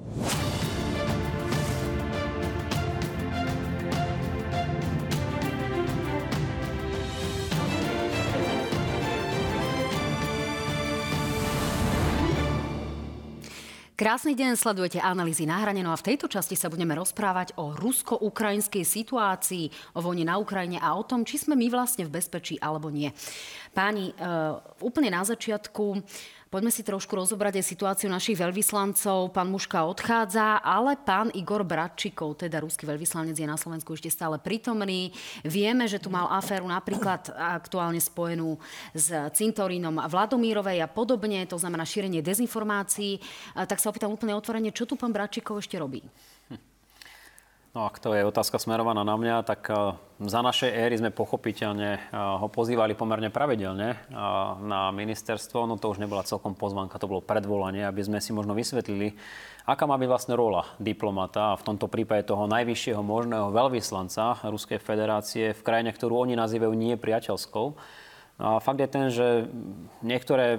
Krásny deň, sledujete analýzy na hrane. No a v tejto časti sa budeme rozprávať o rusko-ukrajinskej situácii, o vojne na Ukrajine a o tom, či sme my vlastne v bezpečí alebo nie. Páni, uh, úplne na začiatku poďme si trošku rozobrať aj situáciu našich veľvyslancov. Pán Muška odchádza, ale pán Igor Bratčíkov, teda ruský veľvyslanec, je na Slovensku ešte stále prítomný. Vieme, že tu mal aféru napríklad aktuálne spojenú s cintorínom Vladomírovej a podobne, to znamená šírenie dezinformácií. Tak sa opýtam úplne otvorene, čo tu pán Bratčíkov ešte robí? No ak to je otázka smerovaná na mňa, tak za našej éry sme pochopiteľne ho pozývali pomerne pravidelne na ministerstvo. No to už nebola celkom pozvánka, to bolo predvolanie, aby sme si možno vysvetlili, aká má byť vlastne rola diplomata a v tomto prípade toho najvyššieho možného veľvyslanca Ruskej federácie v krajine, ktorú oni nazývajú nie priateľskou. No a fakt je ten, že niektoré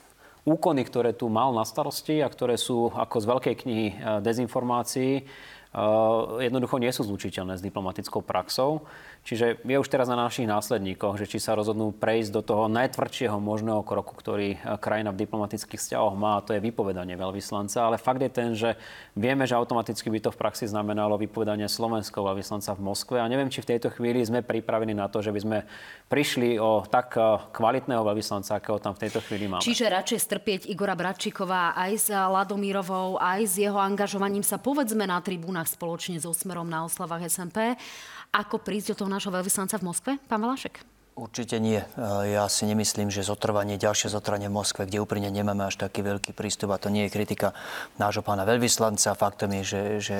úkony, ktoré tu mal na starosti a ktoré sú ako z veľkej knihy dezinformácií, jednoducho nie sú zlučiteľné s diplomatickou praxou. Čiže je už teraz na našich následníkoch, že či sa rozhodnú prejsť do toho najtvrdšieho možného kroku, ktorý krajina v diplomatických vzťahoch má, a to je vypovedanie veľvyslanca. Ale fakt je ten, že vieme, že automaticky by to v praxi znamenalo vypovedanie slovenského veľvyslanca v Moskve. A neviem, či v tejto chvíli sme pripravení na to, že by sme prišli o tak kvalitného veľvyslanca, akého tam v tejto chvíli máme. Čiže radšej strpieť Igora Bratčíková aj s Ladomírovou, aj s jeho angažovaním sa povedzme na tribúnach spoločne so Smerom na oslavách es en pé, ako prísť do toho nášho veľvyslanca v Moskve? Pán Valašek? Určite nie. Ja si nemyslím, že zotrvanie, ďalšie zotrvanie v Moskve, kde úprimne nemáme až taký veľký prístup, a to nie je kritika nášho pána veľvyslanca. Faktom je, že, že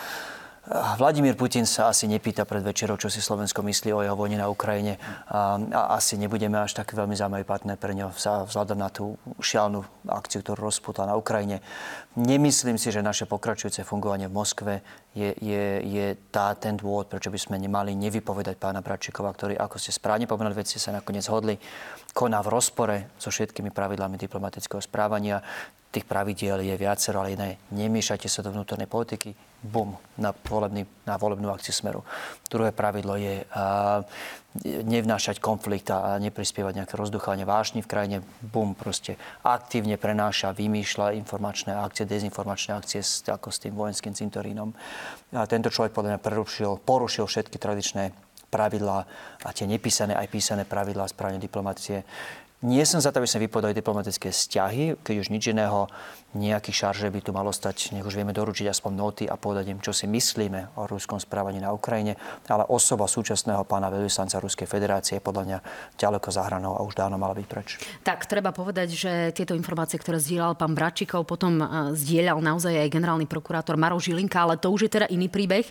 Vladimír Putin sa asi nepýta pred večerou, čo si Slovensko myslí o jeho vojne na Ukrajine, a, a asi nebudeme až tak veľmi zaujímavý partner pre ňo vzhľadom na tú šialnú akciu, ktorú rozpútal na Ukrajine. Nemyslím si, že naše pokračujúce fungovanie v Moskve je, je, je tá, ten dôvod, prečo by sme nemali nevypovedať pána Bratčíkova, ktorý, ako ste správne povedali, veci sa nakoniec hodli, koná v rozpore so všetkými pravidlami diplomatického správania. Tých pravidiel je viacero, ale iné. Nemiešajte sa do vnútornej politiky. Bum, na, volebný, na volebnú akciu Smeru. Druhé pravidlo je uh, nevnášať konflikt a neprispievať nejaké rozduchávanie vášni v krajine. Bum, proste aktívne prenáša, vymýšľa informačné akcie, dezinformačné akcie ako s tým vojenským cintorínom. A tento človek podľa mňa prerušil, porušil všetky tradičné pravidlá a tie nepísané aj písané pravidlá správnej diplomácie. Nie som za to, aby sme vypovedali diplomatické vzťahy, keď už nič iného, nejaký šarže by tu malo stať, nech už vieme doručiť aspoň noty a povedať im, čo si myslíme o ruskom správaní na Ukrajine, ale osoba súčasného pána veľvyslanca Ruskej federácie je podľa mňa ďaleko za hranou a už dávno mala byť preč. Tak, treba povedať, že tieto informácie, ktoré zdieľal pán Bratčíkov, potom zdieľal naozaj aj generálny prokurátor Maroš Žilinka, ale to už je teda iný príbeh.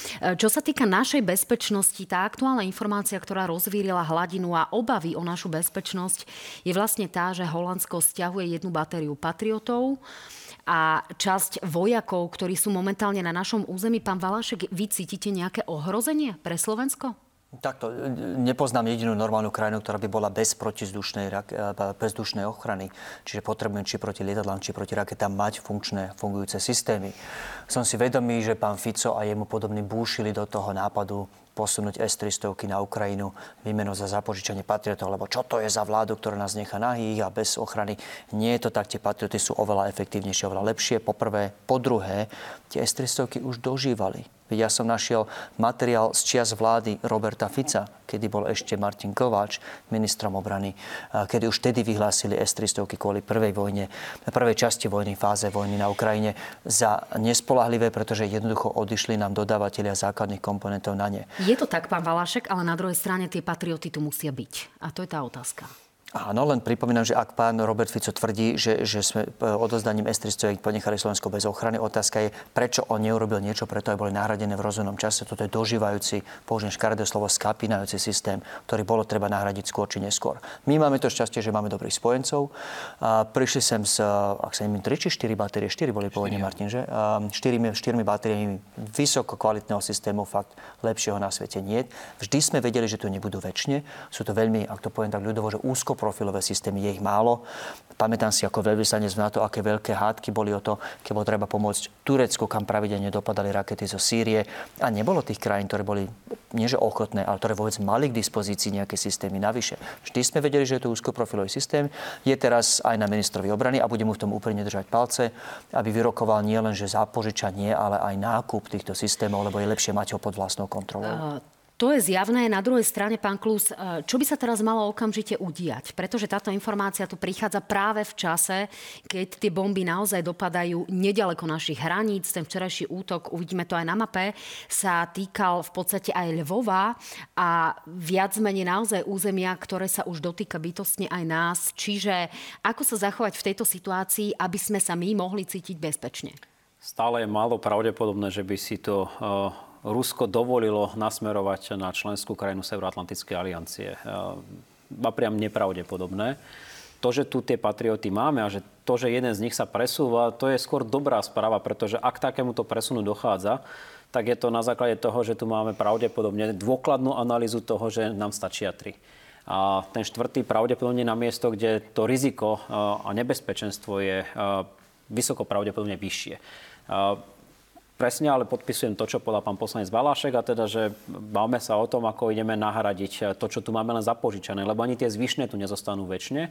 Čo sa týka našej bezpečnosti, tá aktuálna informácia, ktorá rozvírila hladinu a obavy o našu bezpečnosť, je vlastne tá, že Holandsko sťahuje jednu batériu patriotov a časť vojakov, ktorí sú momentálne na našom území. Pán Valašek, vy cítite nejaké ohrozenie pre Slovensko? Takto, nepoznám jedinú normálnu krajinu, ktorá by bola bez protizdušnej, bezdušnej ochrany. Čiže potrebujeme či proti lietadlám, či proti raketám mať funkčné, fungujúce systémy. Som si vedomý, že pán Fico a jemu podobní búšili do toho nápadu posunúť es tristo na Ukrajinu výmenou za zapožičanie patriotov, lebo čo to je za vládu, ktorá nás nechá nahých a bez ochrany. Nie je to tak, tie patrioty sú oveľa efektívnejšie, oveľa lepšie. Po prvé, po druhé, tie es tristo už dožívali. Ja som našiel materiál z čias vlády Roberta Fica, kedy bol ešte Martin Kováč ministrom obrany, kedy už vtedy vyhlásili es tristo kvôli prvej vojne, prvej časti vojny, fáze vojny na Ukrajine za nespoľahlivé, pretože jednoducho odišli nám dodávateľia základných komponentov na ne. Je to tak, pán Valašek, ale na druhej strane tie patrioty tu musia byť. A to je tá otázka. Áno, len pripomínam, že ak pán Robert Fico tvrdí, že, že sme odozdaním es tristo ponechali Slovensko bez ochrany, otázka je, prečo on neurobil niečo preto, aby boli nahradené v rozumnom čase. Toto je dožívajúci, použijem škaredé slovo, skapínajúci systém, ktorý bolo treba nahradiť skôr či neskôr. My máme to šťastie, že máme dobrých spojencov. A prišli sem s, ak sa nemýlim, tri či štyri batérie, štyri boli pôvodne, Martin, že? A štyrmi, štyrmi batériami vysoko kvalitného systému, fakt lepšieho na svete nie. Vždy sme vedeli, že to nebudú väčšine. Sú to veľmi, ak to poviem tak ľudovo, že úzko profilové systémy, je ich málo. Pamätám si ako veľvyslanec na to, aké veľké hádky boli o to, keď bolo treba pomôcť Turecku, kam pravidelne dopadali rakety zo Sýrie. A nebolo tých krajín, ktoré boli nie že ochotné, ale ktoré vôbec mali k dispozícii nejaké systémy navyše. Vždy sme vedeli, že je to úzkoprofilový systém. Je teraz aj na ministrovi obrany a budem mu v tom úplne držať palce, aby vyrokoval nie len že zápožičanie, ale aj nákup týchto systémov, lebo je lepšie mať ho pod vlastnou kontrolou. Uh... To je zjavné. Na druhej strane, pán Klus, čo by sa teraz malo okamžite udiať? Pretože táto informácia tu prichádza práve v čase, keď tie bomby naozaj dopadajú nedaleko našich hraníc. Ten včerajší útok, uvidíme to aj na mape, sa týkal v podstate aj Lvova a viac menej naozaj územia, ktoré sa už dotýka bytostne aj nás. Čiže ako sa zachovať v tejto situácii, aby sme sa my mohli cítiť bezpečne? Stále je málo pravdepodobné, že by si to Uh... Rusko dovolilo nasmerovať na členskú krajinu Severoatlantickej aliancie. A priam nepravdepodobné. To, že tu tie patrioty máme a že to, že jeden z nich sa presúva, to je skôr dobrá správa, pretože ak takémuto presunu dochádza, tak je to na základe toho, že tu máme pravdepodobne dôkladnú analýzu toho, že nám stačia tri. A ten štvrtý pravdepodobne na miesto, kde to riziko a nebezpečenstvo je vysoko pravdepodobne vyššie. presne, ale podpisujem to, čo povedal pán poslanec Valášek, a teda, že bavme sa o tom, ako ideme nahradiť to, čo tu máme len zapožičané, lebo ani tie zvyšné tu nezostanú večne.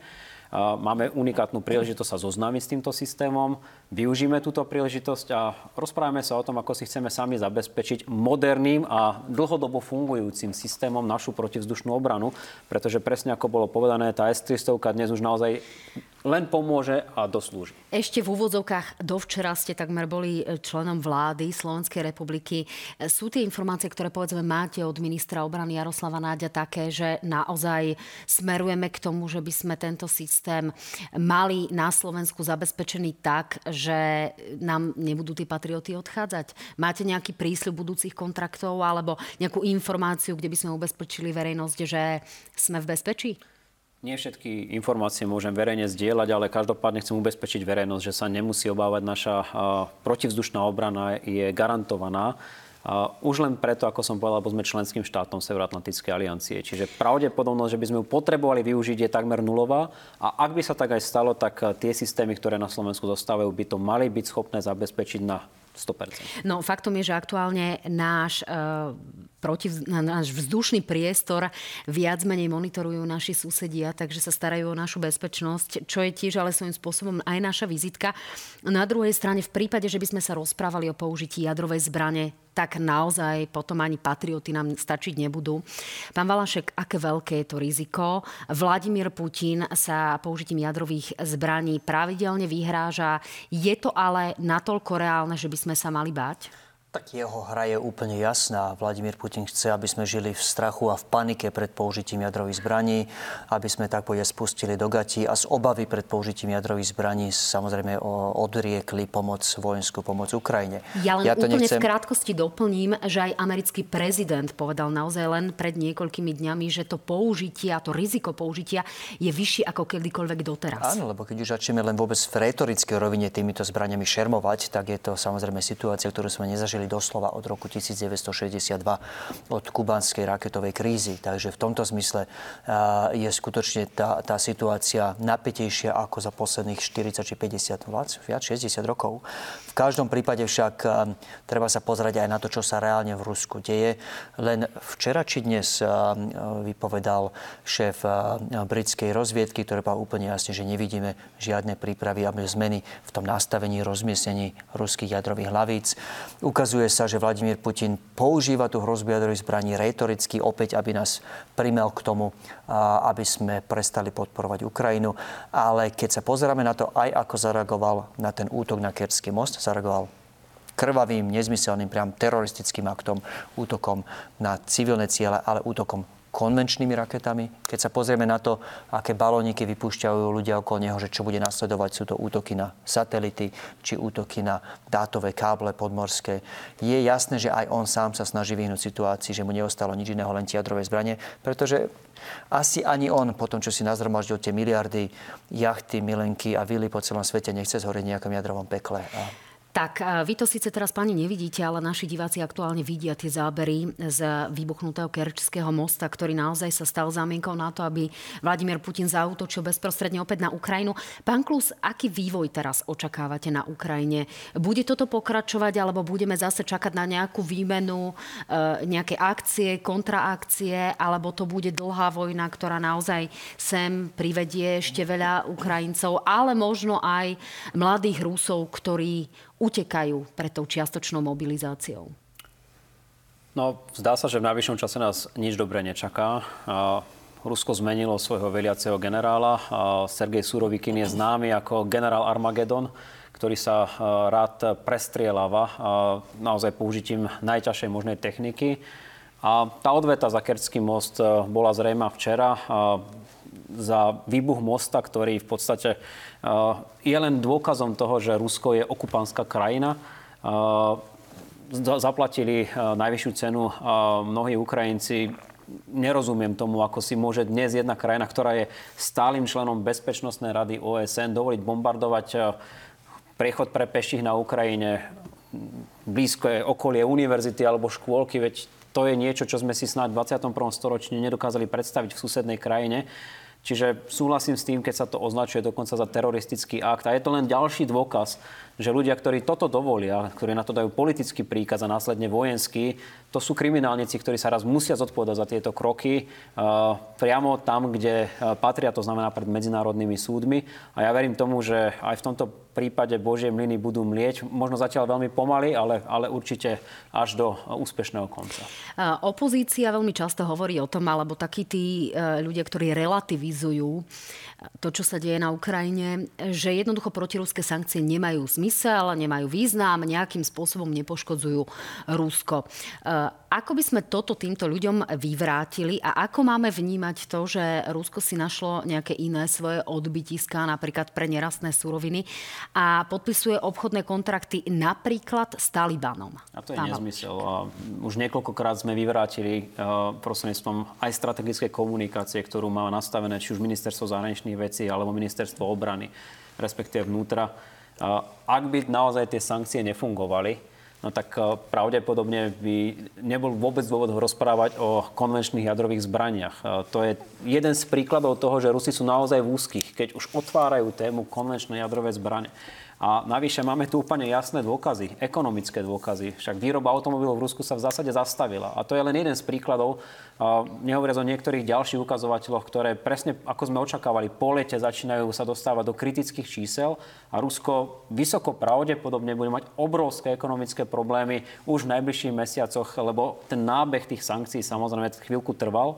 Máme unikátnu príležitosť sa zoznámiť s týmto systémom, využíme túto príležitosť a rozprávame sa o tom, ako si chceme sami zabezpečiť moderným a dlhodobo fungujúcim systémom našu protivzdušnú obranu, pretože presne ako bolo povedané, tá es tristo dnes už naozaj len pomôže a doslúži. Ešte v úvodzovkách dovčera ste takmer boli členom vlády Slovenskej republiky. Sú tie informácie, ktoré povedzme máte od ministra obrany Jaroslava Náďa také, že naozaj smerujeme k tomu, že by sme tento systém mali na Slovensku zabezpečený tak, že nám nebudú tí patrioti odchádzať? Máte nejaký prísľub budúcich kontraktov alebo nejakú informáciu, kde by sme ubezpečili verejnosť, že sme v bezpečí? Nie všetky informácie môžem verejne zdieľať, ale každopádne chcem ubezpečiť verejnosť, že sa nemusí obávať. Naša protivzdušná obrana je garantovaná. Už len preto, ako som povedal, lebo sme členským štátom Severoatlantickej aliancie. Čiže pravdepodobnosť, že by sme ju potrebovali využiť, je takmer nulová. A ak by sa tak aj stalo, tak tie systémy, ktoré na Slovensku zostávajú, by to mali byť schopné zabezpečiť na sto percent. No faktom je, že aktuálne náš, e, protiv, náš vzdušný priestor viac menej monitorujú naši susedia, takže sa starajú o našu bezpečnosť, čo je tiež ale svojím spôsobom aj naša vizitka. Na druhej strane, v prípade, že by sme sa rozprávali o použití jadrovej zbrane, tak naozaj potom ani patrioti nám stačiť nebudú. Pán Valášek, aké veľké je to riziko? Vladimír Putin sa použitím jadrových zbraní pravidelne vyhráža. Je to ale natoľko reálne, že by sme sa mali báť? Tak jeho hra je úplne jasná. Vladimír Putin chce, aby sme žili v strachu a v panike pred použitím jadrových zbraní, aby sme tak povedať spustili do gatí a z obavy pred použitím jadrových zbraní samozrejme odriekli pomoc, vojenskú pomoc Ukrajine. Ja len ja to úplne nechcem... v krátkosti doplním, že aj americký prezident povedal naozaj len pred niekoľkými dňami, že to použitie a to riziko použitia je vyššie ako kedykoľvek doteraz. Áno, lebo keď už začneme len vôbec v retorickej rovine týmito zbraniami šermovať, tak je to samozrejme situácia, ktorú sme nezažili doslova od roku devätnásťstošesťdesiatdva, od kubanskej raketovej krízy. Takže v tomto zmysle uh, je skutočne tá, tá situácia napätejšia ako za posledných štyridsať či päťdesiat, viac šesťdesiat rokov. V každom prípade však um, treba sa pozrieť aj na to, čo sa reálne v Rusku deje. Len včera či dnes uh, vypovedal šéf uh, britskej rozviedky, ktorý povedal úplne jasne, že nevidíme žiadne prípravy a zmeny v tom nastavení, rozmiestnení ruských jadrových hlavíc. Ukazuje sa, že Vladimír Putin používa tú hrozbu jadrových zbraní retoricky opäť, aby nás primel k tomu, aby sme prestali podporovať Ukrajinu. Ale keď sa pozeráme na to, aj ako zareagoval na ten útok na Kerčský most, zareagoval krvavým, nezmyselným, priam teroristickým aktom, útokom na civilné ciele, ale útokom konvenčnými raketami. Keď sa pozrieme na to, aké balóniky vypúšťajú ľudia okolo neho, že čo bude nasledovať, sú to útoky na satelity, či útoky na dátové káble podmorské. Je jasné, že aj on sám sa snaží vyhnúť situácii, že mu neostalo nič iného, len jadrové zbranie, pretože asi ani on, po tom, čo si nazhromaždil tie miliardy jachty, milenky a vily po celom svete, nechce zhoriť v nejakom jadrovom pekle. A tak, vy to síce teraz, pani, nevidíte, ale naši diváci aktuálne vidia tie zábery z vybuchnutého Kerčského mosta, ktorý naozaj sa stal zámienkou na to, aby Vladimír Putin zaútočil bezprostredne opäť na Ukrajinu. Pán Klus, aký vývoj teraz očakávate na Ukrajine? Bude toto pokračovať, alebo budeme zase čakať na nejakú výmenu, nejaké akcie, kontraakcie, alebo to bude dlhá vojna, ktorá naozaj sem privedie ešte veľa Ukrajincov, ale možno aj mladých Rusov, ktorí utekajú pred tou čiastočnou mobilizáciou? No, zdá sa, že v najvyššom čase nás nič dobre nečaká. Rusko zmenilo svojho veliaceho generála. Sergej Surovikin je známy ako generál Armagedon, ktorý sa rád prestrieľava naozaj použitím najťažšej možnej techniky. A tá odveta za Kerčský most bola zrejmá včera. Za výbuch mosta, ktorý v podstate uh, je len dôkazom toho, že Rusko je okupantská krajina. Uh, zaplatili uh, najvyššiu cenu uh, mnohí Ukrajinci. Nerozumiem tomu, ako si môže dnes jedna krajina, ktorá je stálym členom Bezpečnostnej rady ó es en, dovoliť bombardovať uh, priechod pre peších na Ukrajine, blízko je okolie univerzity alebo škôlky, veď to je niečo, čo sme si snáď v dvadsiatom prvom storočí nedokázali predstaviť v susednej krajine. Čiže súhlasím s tým, keď sa to označuje dokonca za teroristický akt. A je to len ďalší dôkaz, že ľudia, ktorí toto dovolia, ktorí na to dajú politický príkaz a následne vojenský, to sú kriminálnici, ktorí sa raz musia zodpovedať za tieto kroky uh, priamo tam, kde patria, to znamená pred medzinárodnými súdmi. A ja verím tomu, že aj v tomto prípade Božie mlyny budú mlieť. Možno zatiaľ veľmi pomaly, ale, ale určite až do úspešného konca. Opozícia veľmi často hovorí o tom, alebo takí tí ľudia, ktorí relativizujú to, čo sa deje na Ukrajine, že jednoducho protiruské sankcie nemajú zmysel, nemajú význam, nejakým spôsobom nepoškodzujú Rusko. Ako by sme toto týmto ľuďom vyvrátili a ako máme vnímať to, že Rusko si našlo nejaké iné svoje odbytiská, napríklad pre nerastné suroviny a podpisuje obchodné kontrakty napríklad s Talibanom? A to je nezmysel. A už niekoľkokrát sme vyvrátili prostredníctvom aj strategickej komunikácie, ktorú má nastavené či už ministerstvo zahraničných vecí alebo ministerstvo obrany, respektíve vnútra. Ak by naozaj tie sankcie nefungovali, no tak pravdepodobne by nebol vôbec dôvod rozprávať o konvenčných jadrových zbraniach. To je jeden z príkladov toho, že Rusi sú naozaj v úzkých, keď už otvárajú tému konvenčné jadrové zbrane. A navyše máme tu úplne jasné dôkazy, ekonomické dôkazy. Však výroba automobilov v Rusku sa v zásade zastavila. A to je len jeden z príkladov, nehovoriac o niektorých ďalších ukazovateľoch, ktoré presne, ako sme očakávali, po lete začínajú sa dostávať do kritických čísel a Rusko vysoko pravdepodobne bude mať obrovské ekonomické problémy už v najbližších mesiacoch, lebo ten nábeh tých sankcií samozrejme chvíľku trval.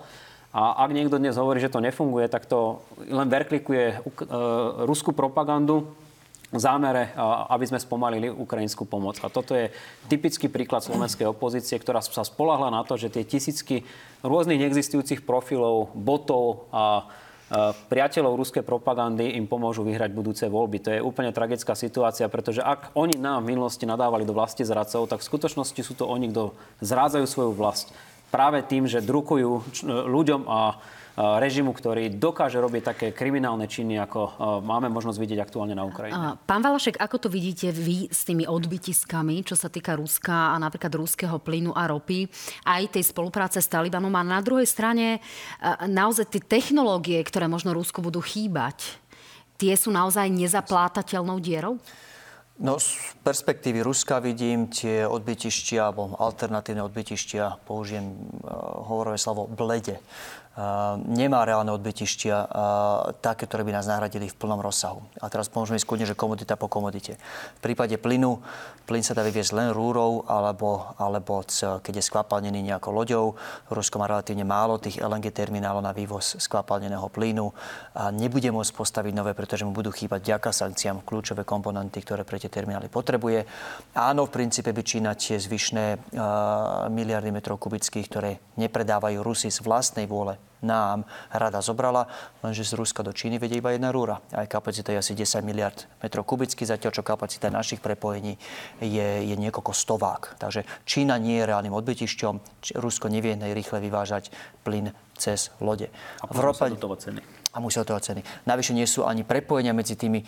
A ak niekto dnes hovorí, že to nefunguje, tak to len verklikuje ruskú propagandu v zámere, aby sme spomalili ukrajinskú pomoc. A toto je typický príklad slovenskej opozície, ktorá sa spoľahla na to, že tie tisícky rôznych neexistujúcich profilov, botov a priateľov ruskej propagandy im pomôžu vyhrať budúce voľby. To je úplne tragická situácia, pretože ak oni nám v minulosti nadávali do vlasti zradcov, tak v skutočnosti sú to oni, kto zrádzajú svoju vlast práve tým, že drukujú ľuďom a režimu, ktorý dokáže robiť také kriminálne činy, ako máme možnosť vidieť aktuálne na Ukrajine. Pán Valašek, ako to vidíte vy s tými odbytiskami, čo sa týka Ruska a napríklad ruského plynu a ropy, aj tej spolupráce s Talibanom a na druhej strane naozaj tie technológie, ktoré možno Rusku budú chýbať, tie sú naozaj nezaplátateľnou dierou? No, z perspektívy Ruska vidím tie odbytištia, alebo alternatívne odbytištia, použijem uh, hovorové slovo blede. Uh, nemá reálne odbytištia uh, také, ktoré by nás nahradili v plnom rozsahu. A teraz môžeme ísť kľudne, že komodita po komodite. V prípade plynu, plyn sa dá vyviezť len rúrou, alebo, alebo keď je skvapalnený nejakou loďou. Rusko má relatívne málo tých el en gé terminálov na vývoz skvapalneného plynu. A nebude môcť postaviť nové, pretože mu budú chýbať vďaka sankciám kľúčové komponenty, ktoré pre tie terminály potrebuje. Áno, v princípe by Čína tie zvyšné uh, miliardy metrov kubických, ktoré nepredávajú Rusi z vlastnej vôle, nám rada zobrala, lenže z Ruska do Číny vedie iba jedna rúra. Aj kapacita je asi desať miliard metrov kubických, zatiaľ čo kapacita našich prepojení je, je niekoľko stovák. Takže Čína nie je reálnym odbytišťom, Rusko nevie rýchle vyvážať plyn cez lode. A potom sa dotovať ceny. A musia to ceny. Navyše nie sú ani prepojenia medzi tými uh,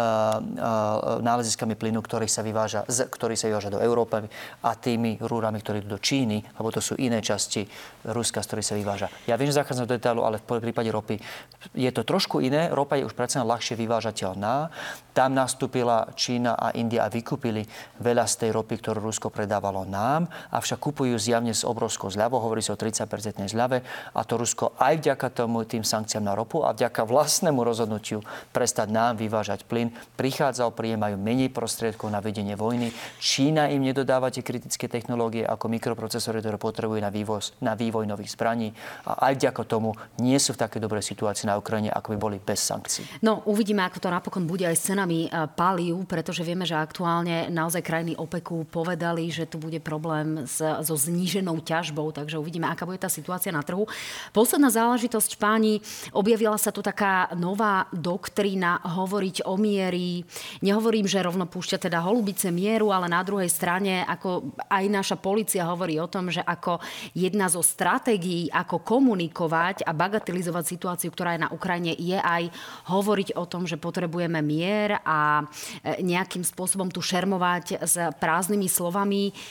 uh, náleziskami plynu, ktorý sa vyváža, z, ktorý sa vyváža do Európy a tými rúrami, ktoré idú do Číny, lebo to sú iné časti Ruska, z ktorých sa vyváža. Ja viem, že zachádzam do detailu, ale v prípade ropy je to trošku iné. Ropa je už predsa ľahšie vyvážateľná. Tam nastúpila Čína a India a vykúpili veľa z tej ropy, ktorú Rusko predávalo nám, avšak kupujú zjavne s obrovskou zľavou, hovorí sa o tridsať percent zľave a to Rusko aj vďaka tomu tým sankciám na ropu a vďaka vlastnému rozhodnutiu prestať nám vyvážať plyn prichádza o príjem, majú menej prostriedkov na vedenie vojny. Čína im nedodáva tie kritické technológie ako mikroprocesory, ktoré potrebujú na, vývoz, na vývoj nových zbraní a aj vďaka tomu nie sú v takej dobrej situácii na Ukrajine, ako by boli bez sankcií. No, uvidíme, ako to napokon bude aj s cenami palív, pretože vieme, že aktuálne naozaj krajiny OPECu povedali, že tu bude problém s, so zníženou ťažbou, takže uvidíme, aká bude tá situácia na trhu. Posledná záležitosť, páni, objavila sa tu taká nová doktrína hovoriť o miery. Nehovorím, že rovno púšťa teda holubice mieru, ale na druhej strane, ako aj naša polícia hovorí o tom, že ako jedna zo stratégií, ako komunikovať a bagatelizovať situáciu, ktorá je na Ukrajine, je aj hovoriť o tom, že potrebujeme mier a nejakým spôsobom tu šermovať s prázdnymi slovami.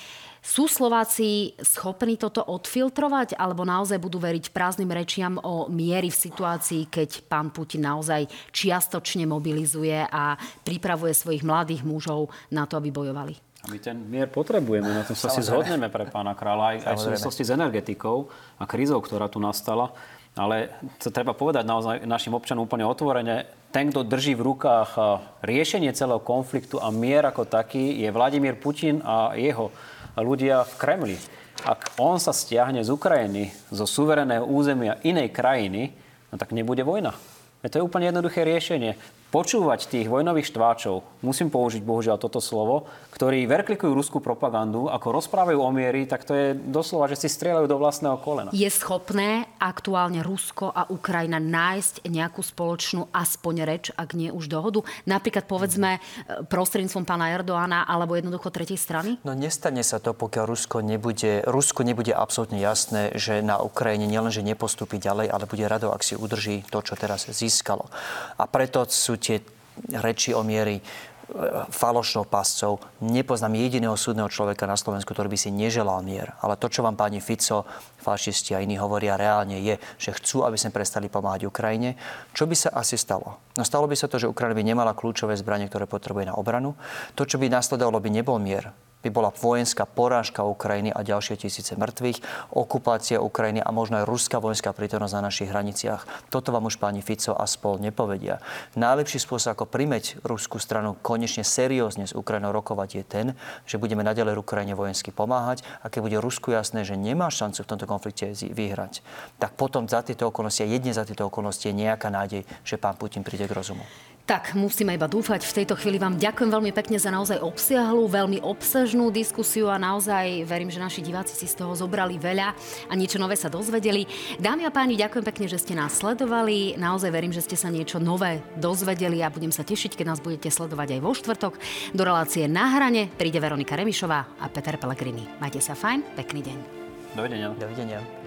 Sú Slováci schopní toto odfiltrovať, alebo naozaj budú veriť prázdnym rečiam o miery v situácii, keď pán Putin naozaj čiastočne mobilizuje a pripravuje svojich mladých mužov na to, aby bojovali? A my ten mier potrebujeme, na tom sa si zhodneme pre pána kráľa, aj, aj v súvislosti s energetikou a krízou, ktorá tu nastala. Ale to treba povedať naozaj našim občanom úplne otvorene. Ten, kto drží v rukách riešenie celého konfliktu a mier ako taký, je Vladimír Putin a jeho ľudia v Kremli. Ak on sa stiahne z Ukrajiny, zo suverénneho územia inej krajiny, no tak nebude vojna. To je úplne jednoduché riešenie. Počúvať tých vojnových štváčov, musím použiť bohužiaľ toto slovo, ktorí verklikujú ruskú propagandu, ako rozprávajú o miery, tak to je doslova, že si strieľajú do vlastného kolena. Je schopné aktuálne Rusko a Ukrajina nájsť nejakú spoločnú aspoň reč, ak nie už dohodu? Napríklad povedzme prostredníctvom pána Erdoána alebo jednoducho tretej strany? No nestane sa to, pokiaľ Rusko nebude, Rusko nebude absolútne jasné, že na Ukrajine nielenže nepostúpi ďalej, ale bude rado, ak si udrží to, čo teraz získalo. A preto sú tie reči o miery falošnou pascov. Nepoznám jediného súdneho človeka na Slovensku, ktorý by si neželal mier. Ale to, čo vám páni Fico, fašisti a iní hovoria reálne, je, že chcú, aby sme prestali pomáhať Ukrajine. Čo by sa asi stalo? No stalo by sa to, že Ukrajina by nemala kľúčové zbranie, ktoré potrebuje na obranu. To, čo by nasledovalo, by nebol mier. By bola vojenská porážka Ukrajiny a ďalšie tisíce mŕtvych, okupácia Ukrajiny a možno aj ruská vojenská prítomnosť na našich hraniciach. Toto vám už páni Fico a spol nepovedia. Najlepší spôsob, ako primeť ruskú stranu konečne seriózne s Ukrajinou rokovať, je ten, že budeme naďalej Ukrajine vojensky pomáhať a keď bude Rusku jasné, že nemá šancu v tomto konflikte vyhrať, tak potom za tieto okolnosti a jedine za tieto okolnosti je nejaká nádej, že pán Putin príde k rozumu. Tak, musíme iba dúfať. V tejto chvíli vám ďakujem veľmi pekne za naozaj obsiahlu, veľmi obsažnú diskusiu a naozaj verím, že naši diváci si z toho zobrali veľa a niečo nové sa dozvedeli. Dámy a páni, ďakujem pekne, že ste nás sledovali. Naozaj verím, že ste sa niečo nové dozvedeli a budem sa tešiť, keď nás budete sledovať aj vo štvrtok. Do relácie Na hrane príde Veronika Remišová a Peter Pellegrini. Majte sa fajn, pekný deň. Dovidenia. Dovidenia.